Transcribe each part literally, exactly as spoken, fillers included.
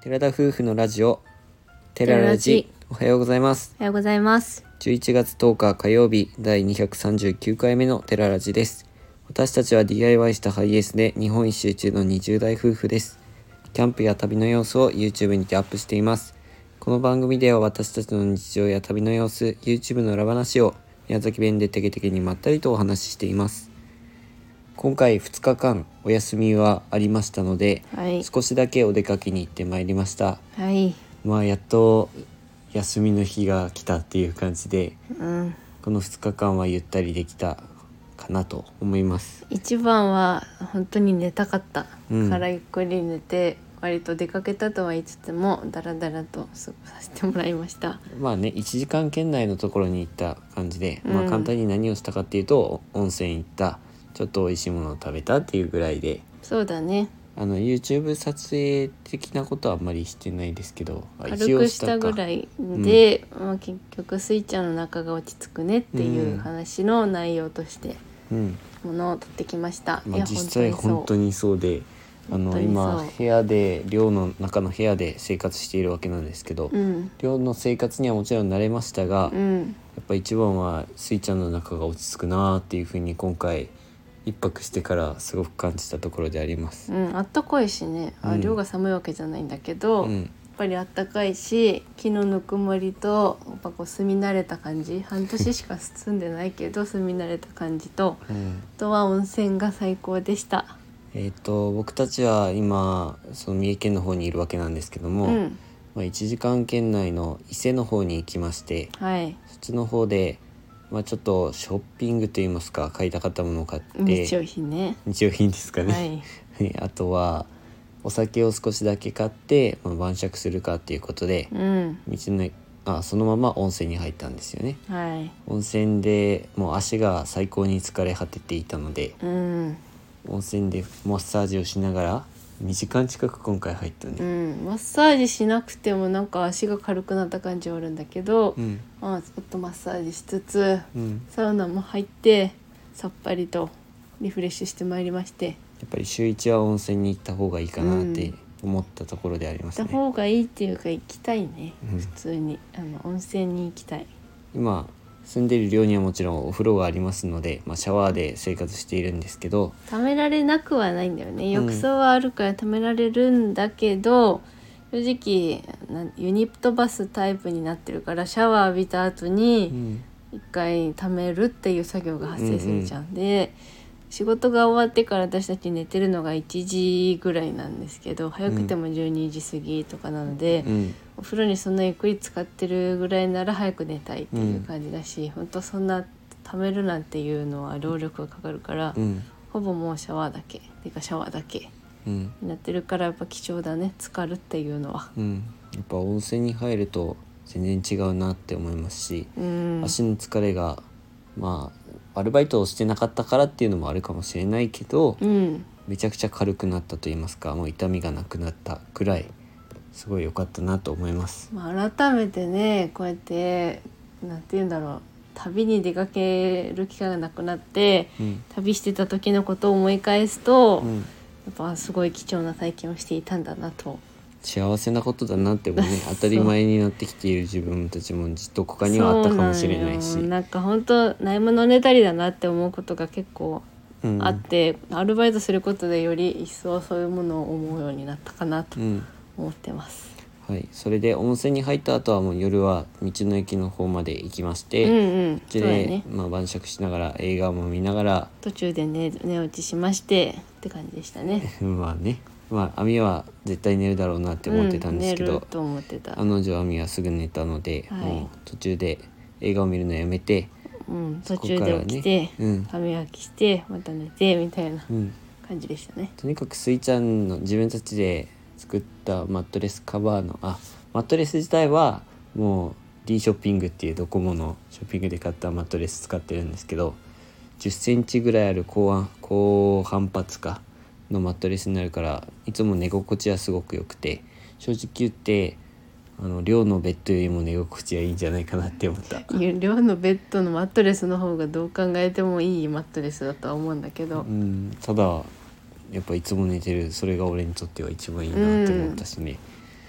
寺田夫婦のラジオテララジ。おはようございます。 おはようございます。 じゅういちがつとおか火曜日、だいにひゃくさんじゅうきゅうかいめのテララジです。私たちは ディーアイワイ したハイエースで日本一周中のにじゅう代夫婦です。キャンプや旅の様子を YouTube にてアップしています。この番組では私たちの日常や旅の様子、YouTube の裏話を宮崎弁でテケテケにまったりとお話ししています。今回ふつかかんお休みはありましたので、 はい、 少しだけお出かけに行ってまいりました。 はい、 まあやっと休みの日が来たっていう感じで、 うん、 このふつかかんはゆったりできたかなと思います。 一番は本当に寝たかった、 うんからゆっくり寝て割と出かけたとは言いつつもだらだらと過ごさせてもらいました。 まあねいちじかん圏内のところに行った感じで、 うんまあ簡単に何をしたかっていうと温泉行った、ちょっと美味しいものを食べたっていうぐらいで、 そうだね、 あの YouTube 撮影的なことはあんまりしてないですけど、 軽くしたぐらいで、うんまあ、結局スイちゃんの中が落ち着くねっていう話の内容としてものを撮ってきました、 うんまあ、 いや実際本当にそうで、あの今部屋で寮の中の部屋で生活しているわけなんですけど、 うん、 寮の生活にはもちろん慣れましたが、 うん、 やっぱ一番はスイちゃんの中が落ち着くなっていう風に今回一泊してからすごく感じたところであります。 うん、あったかいしね、あ、 うん寮が寒いわけじゃないんだけど、 うんやっぱりあったかいし、木のぬくもりとやっぱこう住み慣れた感じ、半年しか住んでないけど住み慣れた感じと、 うんあとは温泉が最高でした。 えー、と僕たちは今その三重県の方にいるわけなんですけども、 うんまあ、いちじかん圏内の伊勢の方に行きまして、 はい、 そっちの方で、まあ、ちょっとショッピングといいますか、買いたかったものを買って日用品ね、 日用品ですかね、はい、あとはお酒を少しだけ買って、まあ、晩酌するかっていうことで、 うん道のあそのまま温泉に入ったんですよね。 はい、 温泉でもう足が最高に疲れ果てていたので、 うん温泉でマッサージをしながらにじかん近く今回入ったね。 うん、マッサージしなくてもなんか足が軽くなった感じはあるんだけど、 うんまあ、ちょっとマッサージしつつうんサウナも入ってさっぱりとリフレッシュしてまいりまして、 やっぱり週いちは温泉に行った方がいいかなって思ったところでありますね。 行った方がいいっていうか行きたいね、 うん普通にあの温泉に行きたい。 今住んでいる寮にはもちろんお風呂がありますので、まあ、シャワーで生活しているんですけど、 ためられなくはないんだよね、浴槽はあるからためられるんだけど、正直なユニットバスタイプになってるからシャワー浴びた後うにん一回ためるっていう作業が発生するじゃん、うんうん、で仕事が終わってから私たち寝てるのがいちじぐらいなんですけど、早くてもじゅうにじ過ぎとかなので、 うん、 お風呂にそんなゆっくり使ってるぐらいなら早く寝たいっていう感じだし、うん、本当そんなためるなんていうのは労力がかかるから、 うん、 ほぼもうシャワーだけてかシャワーだけうんになってるからやっぱ貴重だね、浸かるっていうのは、 うん、やっぱ温泉に入ると全然違うなって思いますし、 うん、 足の疲れがまあアルバイトをしてなかったからっていうのもあるかもしれないけど、 うん、 めちゃくちゃ軽くなったと言いますか、もう痛みがなくなったくらいすごい良かったなと思います。 まあ、改めてねこうやってなんて言うんだろう、旅に出かける機会がなくなって、 うん、 旅してた時のことを思い返すと、 うん、 やっぱすごい貴重な体験をしていたんだなと、 幸せなことだなってもね当たり前になってきている自分たちもどこかにはあったかもしれないし、 そうなんよ、なんか本当ないものねだりだなって思うことが結構あって、うん、アルバイトすることでより一層そういうものを思うようになったかなと思ってます、 うんはい、それで温泉に入った後はもう夜は道の駅の方まで行きまして、 うんうん、 こっちで、ねまあ、晩酌しながら映画も見ながら途中で、ね、寝落ちしましてって感じでしたねまあねまあ、アミは絶対寝るだろうなって思ってたんですけど、 うん、寝ると思ってた。 案の定アミはすぐ寝たので、 はい、 もう途中で映画を見るのやめて、 うん、途中で起きて、ねうん、歯磨きしてまた寝てみたいな感じでしたね、 うん、とにかくスイちゃんの自分たちで作ったマットレスカバーのあマットレス自体はもう D ショッピングっていうドコモのショッピングで買ったマットレス使ってるんですけど、じゅっセンチぐらいある高高反発かのマットレスになるからいつも寝心地はすごく良くて、正直言ってあの寮のベッドよりも寝心地はいいんじゃないかなって思った。 寮のベッドのマットレスの方がどう考えてもいいマットレスだとは思うんだけど、 うん、ただやっぱいつも寝てるそれが俺にとっては一番いいなって思ったしね、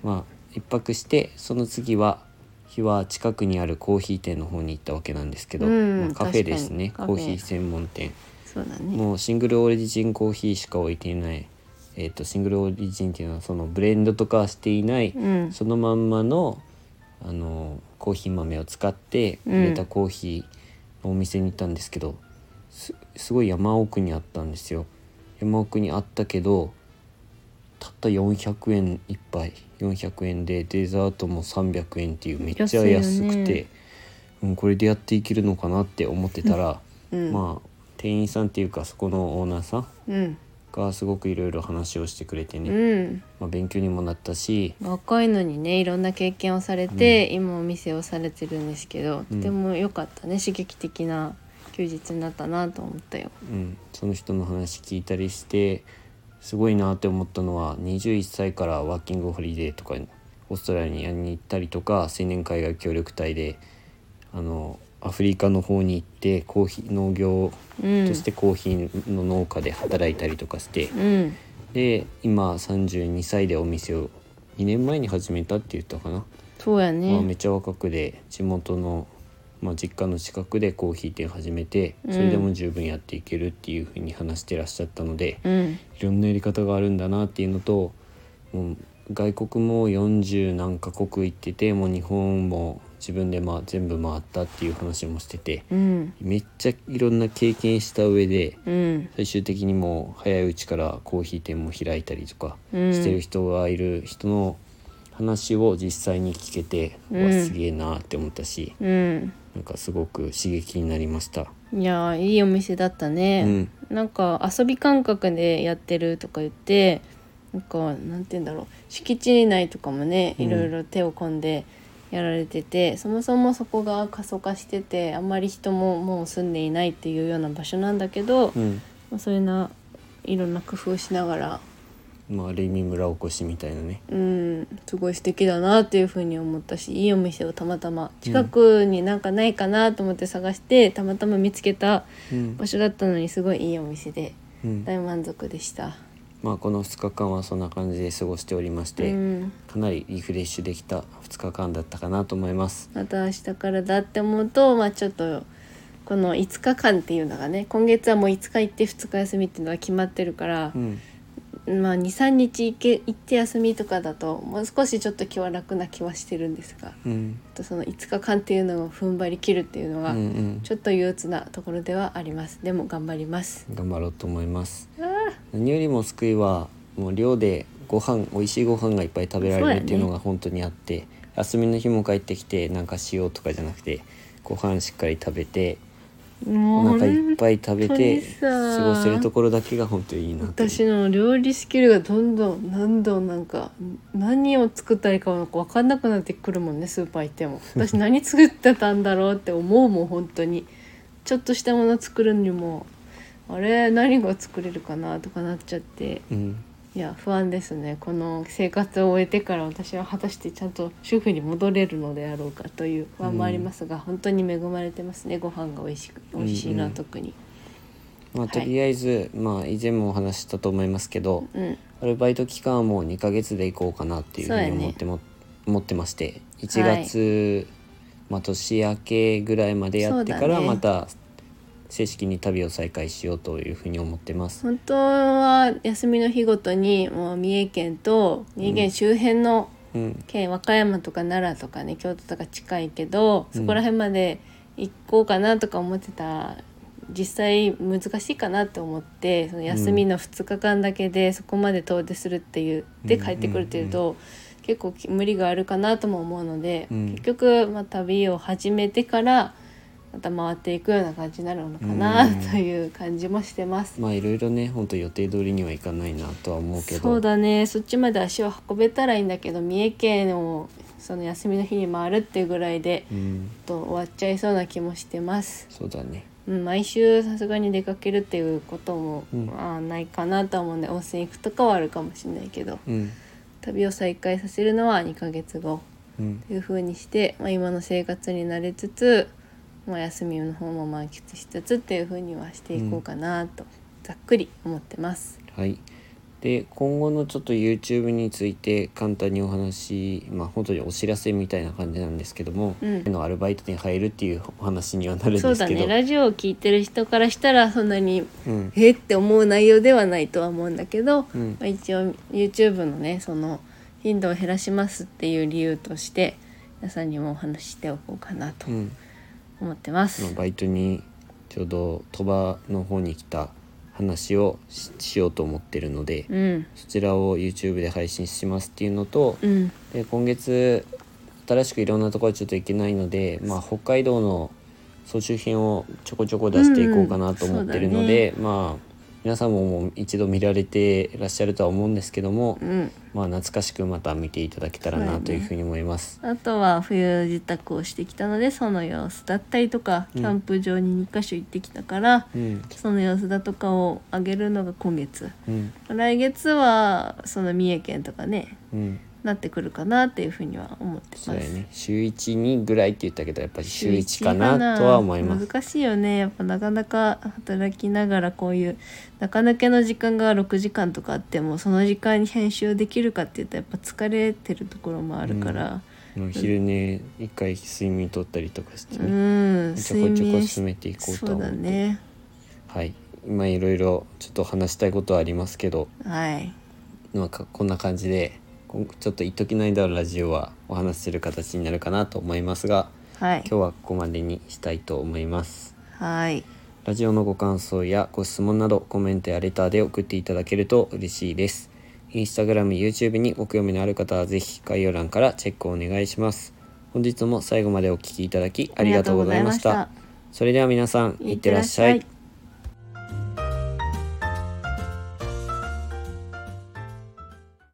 まあ一泊して、その次は日は近くにあるコーヒー店の方に行ったわけなんですけど、 うんまあ、カフェですね。 確かにカフェコーヒー専門店。 そうだね。 もうシングルオリジンコーヒーしか置いていない、えー、とシングルオリジンっていうのはそのブレンドとかはしていない、 うんそのまんまの、あのコーヒー豆を使って入れたコーヒーのお店に行ったんですけど、す, すごい山奥にあったんですよ。山奥にあったけどたったよんひゃくえん一杯、よんひゃくえんでデザートもさんびゃくえんっていうめっちゃ安く安いよて、 ねうん、これでやっていけるのかなって思ってたら、 うんまあ店員さんっていうかそこのオーナーさんうんがすごくいろいろ話をしてくれてね、 うんまあ、勉強にもなったし、 若いのにねいろんな経験をされて、今お店をされてるんですけど、 うんとても良かったね。刺激的な休日になったなと思ったよ。 うん、その人の話聞いたりしてすごいなって思ったのは、にじゅういっさいからワーキングホリデーとかにオーストラリアに行ったりとか、青年海外協力隊であのアフリカの方に行ってコーヒー農業うんとしてコーヒーの農家で働いたりとかして、 うんで今さんじゅうにさいでお店をにねんまえに始めたって言ったかな、 そうやね、 まあ、めっちゃ若くで地元の、まあ、実家の近くでコーヒー店始めて、それでも十分やっていけるっていう風に話してらっしゃったので、 うんいろんなやり方があるんだなっていうのと、もう外国もよんじゅう何カ国行ってて、もう日本も自分でまあ全部回ったっていう話もしてて、 うんめっちゃいろんな経験した上でうん最終的にもう早いうちからコーヒー店も開いたりとかうんしてる人がいる人の話を実際に聞けて、 うんわすげえなって思ったし、 うんなんかすごく刺激になりました。 いやーいいお店だったね、 うんなんか遊び感覚でやってるとか言って、なんかなんて言うんだろう、敷地内とかもねうんいろいろ手を込んでやられてて、そもそもそこが過疎化しててあんまり人ももう住んでいないっていうような場所なんだけど、 うんまあそういうないろんな工夫をしながら、 まあ、ある意味村おこしみたいなね。 うんすごい素敵だなっていうふうに思ったし、いいお店をたまたま近くになんかないかなと思って探して、たまたま見つけたうん場所だったのにすごいいいお店でうん大満足でした。 まあ、このふつかかんはそんな感じで過ごしておりましうて、 ん、 かなりリフレッシュできたふつかかんだったかなと思います。 また明日からだって思うと、まあ、ちょっとこのいつかかんっていうのがね、今月はもういつか行ってふつか休みっていうのは決まってるからう、んまあ、にさんにち行け行って休みとかだともう少しちょっと気は楽な気はしてるんですが、 うんあとそのいつかかんっていうのを踏ん張り切るっていうのうはんうんちょっと憂鬱なところではあります。でも頑張ります。 頑張ろうと思います。 あ何よりも救いはもう寮でご飯美味しいご飯がいっぱい食べられるっていうのが本当にあって、休みの日も帰ってきてなんかしようとかじゃなくて、ご飯しっかり食べてーもうお腹いっぱい食べて本当にさ過ごせるところだけが本当にいいなと。 私の料理スキルがどんどん何度なんか何を作ったらいいか分かんなくなってくるもんね。スーパー行っても私何作ってたんだろうって思うもん。本当にちょっとしたもの作るにもあれ何が作れるかなとかなっちゃって、 うんいや不安ですね。この生活を終えてから私は果たしてちゃんと主婦に戻れるのであろうかという不安もありますが、本当に恵まれてますね。ご飯が美味しく美味しいな、 うんうん特に。 まあ、とりあえず、まあ以前もお話ししたと思いますけど、 うんアルバイト期間はもうにかげつで行こうかなっていうふうに思っても、思ってまして、いちがつ、まあ、年明けぐらいまでやってからそうだねまた正式に旅を再開しようというふうに思ってます。 本当は休みの日ごとにもう三重県と三重県周辺のうん県、和歌山とか奈良とかね京都とか近いけど、 うんそこら辺まで行こうかなとか思ってた。実際難しいかなと思って、その休みのふつかかんだけでそこまで遠出するっていうで帰ってくるっていうと、結構無理があるかなとも思うので、 うん結局、まあ、旅を始めてからまた回っていくような感じになるのかなうんという感じもしてます。 まあいろいろね本当予定通りにはいかないなとは思うけど、 そうだね、そっちまで足を運べたらいいんだけど、三重県をその休みの日に回るっていうぐらいでうんと終わっちゃいそうな気もしてます。 そうだね。 うん、毎週さすがに出かけるっていうことも、 うんまあ、ないかなとは思うんで、温泉行くとかはあるかもしれないけど、 うん旅を再開させるのはにかげつごうんという風にして、まあ、今の生活に慣れつつ、まあ、休みの方も満喫しつつっていう風にはしていこうかなと、ざっくり思ってます。 はい。 で今後のちょっと YouTube について簡単にお話、まあ本当にお知らせみたいな感じなんですけども、 うん、 のアルバイトに入るっていうお話にはなるんですけど、 そうだね、ラジオを聞いてる人からしたらそんなに、 うん、 えって思う内容ではないとは思うんだけど、 うんまあ、一応 YouTube のねその頻度を減らしますっていう理由として皆さんにもお話ししておこうかなとうん思ってます、 まあ、バイトにちょうど鳥羽の方に来た話を し, しようと思ってるので、 うんそちらを YouTube で配信しますっていうのと、 うんで今月新しくいろんなところちょっと行けないので、まあ、北海道の総集編をちょこちょこ出していこうかなと思ってるので、 うんまあ皆さんももう一度見られていらっしゃるとは思うんですけども、 うんまあ、懐かしくまた見ていただけたらなというふうに思います。 あとは冬自宅をしてきたのでその様子だったりとか、 うんキャンプ場ににかしょ行ってきたから、 うんその様子だとかをあげるのが今月、 うん来月はその三重県とかねうんなってくるかなっていうふうには思ってます。 そうだよね、週いちにぐらいって言ったけどやっぱり週いちかなとは思います。 難しいよね、やっぱなかなか働きながらこういう中抜けの時間がろくじかんとかあってもその時間に編集できるかって言ったらやっぱ疲れてるところもあるから、 もう昼寝一回睡眠とったりとかしてうね、 ん、 ちょこちょこ睡眠進めていこうとはそう思って、 だね、 はい今いろいろちょっと話したいことはありますけど、 はいなんかこんな感じでこちょっと一時の間のラジオはお話しする形になるかなと思いますが、 はい今日はここまでにしたいと思います。 はいラジオのご感想やご質問などコメントやレターで送っていただけると嬉しいです。インスタグラム、YouTube にご興味のある方はぜひ概要欄からチェックをお願いします。本日も最後までお聞きいただきありがとうございました。 ありがとうございました。 それでは皆さん、いってらっしゃい。